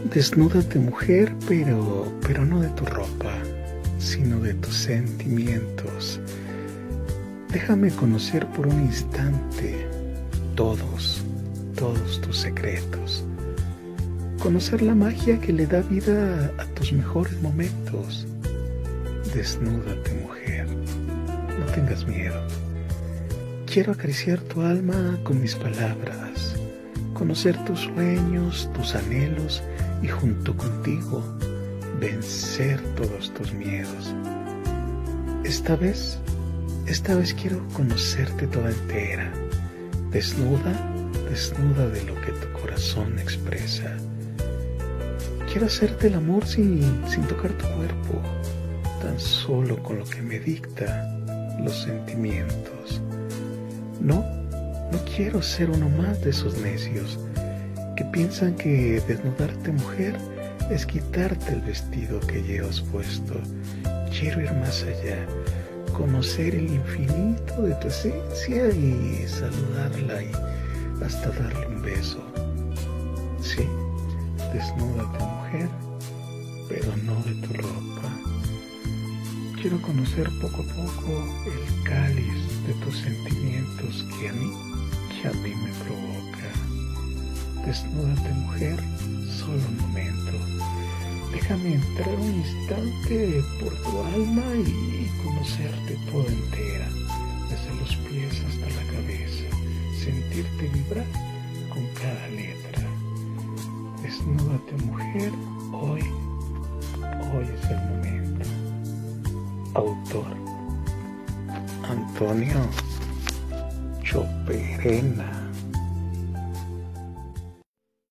Desnúdate, mujer, pero no de tu ropa, sino de tus sentimientos. Déjame conocer por un instante todos tus secretos. Conocer la magia que le da vida a tus mejores momentos. Desnúdate, mujer, no tengas miedo. Quiero acariciar tu alma con mis palabras, conocer tus sueños, tus anhelos y junto contigo vencer todos tus miedos. Esta vez quiero conocerte toda entera, desnuda de lo que tu corazón expresa. Quiero hacerte el amor sin tocar tu cuerpo, tan solo con lo que me dicta los sentimientos. No quiero ser uno más de esos necios que piensan que desnudarte, mujer, es quitarte el vestido que llevas puesto. Quiero ir más allá, conocer el infinito de tu esencia y saludarla y hasta darle un beso. Sí, desnúdate, mujer, pero no de tu ropa. Quiero conocer poco a poco el cáliz de tus sentimientos que a mí me provoca. Desnúdate, mujer, solo un momento. Déjame entrar un instante por tu alma y conocerte toda entera, desde los pies hasta la cabeza, sentirte vibrar con cada letra. Desnúdate, mujer, hoy es el momento. Autor: Antonio Choperena.